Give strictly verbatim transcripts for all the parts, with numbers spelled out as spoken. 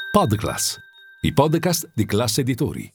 Podclass, i podcast di Class Editori.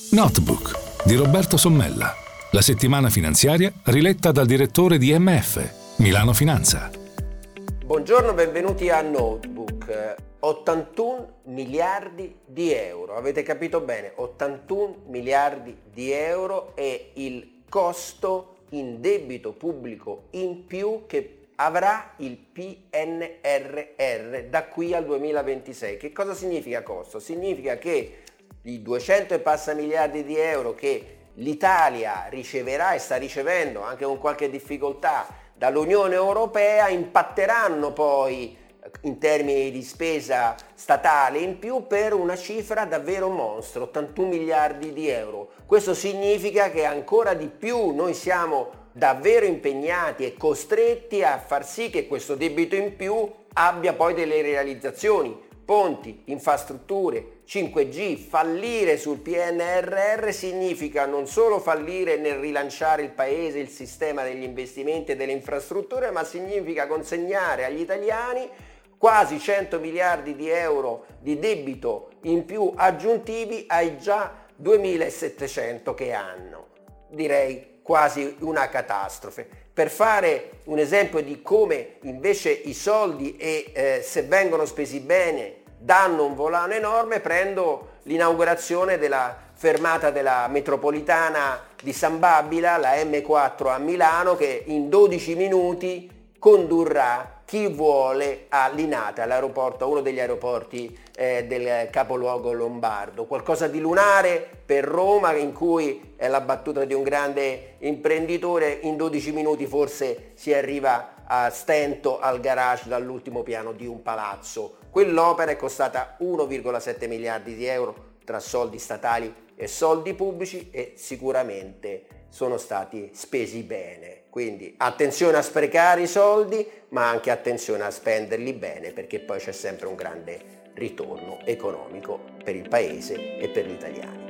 Notebook di Roberto Sommella, la settimana finanziaria riletta dal direttore di M F, Milano Finanza. Buongiorno, benvenuti a Notebook. ottantuno miliardi di euro, avete capito bene, ottantuno miliardi di euro è il costo in debito pubblico in più che avrà il P N R R da qui al duemilaventisei. Che cosa significa costo? Significa che i duecento e passa miliardi di euro che l'Italia riceverà e sta ricevendo anche con qualche difficoltà dall'Unione Europea impatteranno poi in termini di spesa statale in più per una cifra davvero mostro, ottantuno miliardi di euro. Questo significa che ancora di più noi siamo davvero impegnati e costretti a far sì che questo debito in più abbia poi delle realizzazioni, ponti, infrastrutture, cinque G. Fallire sul P N R R significa non solo fallire nel rilanciare il paese, il sistema degli investimenti e delle infrastrutture, ma significa consegnare agli italiani quasi cento miliardi di euro di debito in più aggiuntivi ai già duemilasettecento che hanno. Direi quasi una catastrofe. Per fare un esempio di come invece i soldi e eh, se vengono spesi bene danno un volano enorme, prendo l'inaugurazione della fermata della metropolitana di San Babila, la M quattro a Milano, che in dodici minuti condurrà chi vuole a Linate, all'aeroporto, uno degli aeroporti eh, del capoluogo lombardo. Qualcosa di lunare per Roma, in cui è la battuta di un grande imprenditore, in dodici minuti forse si arriva a stento al garage dall'ultimo piano di un palazzo. Quell'opera è costata uno virgola sette miliardi di euro tra soldi statali e soldi pubblici e sicuramente sono stati spesi bene. Quindi attenzione a sprecare i soldi, ma anche attenzione a spenderli bene, perché poi c'è sempre un grande ritorno economico per il paese e per gli italiani.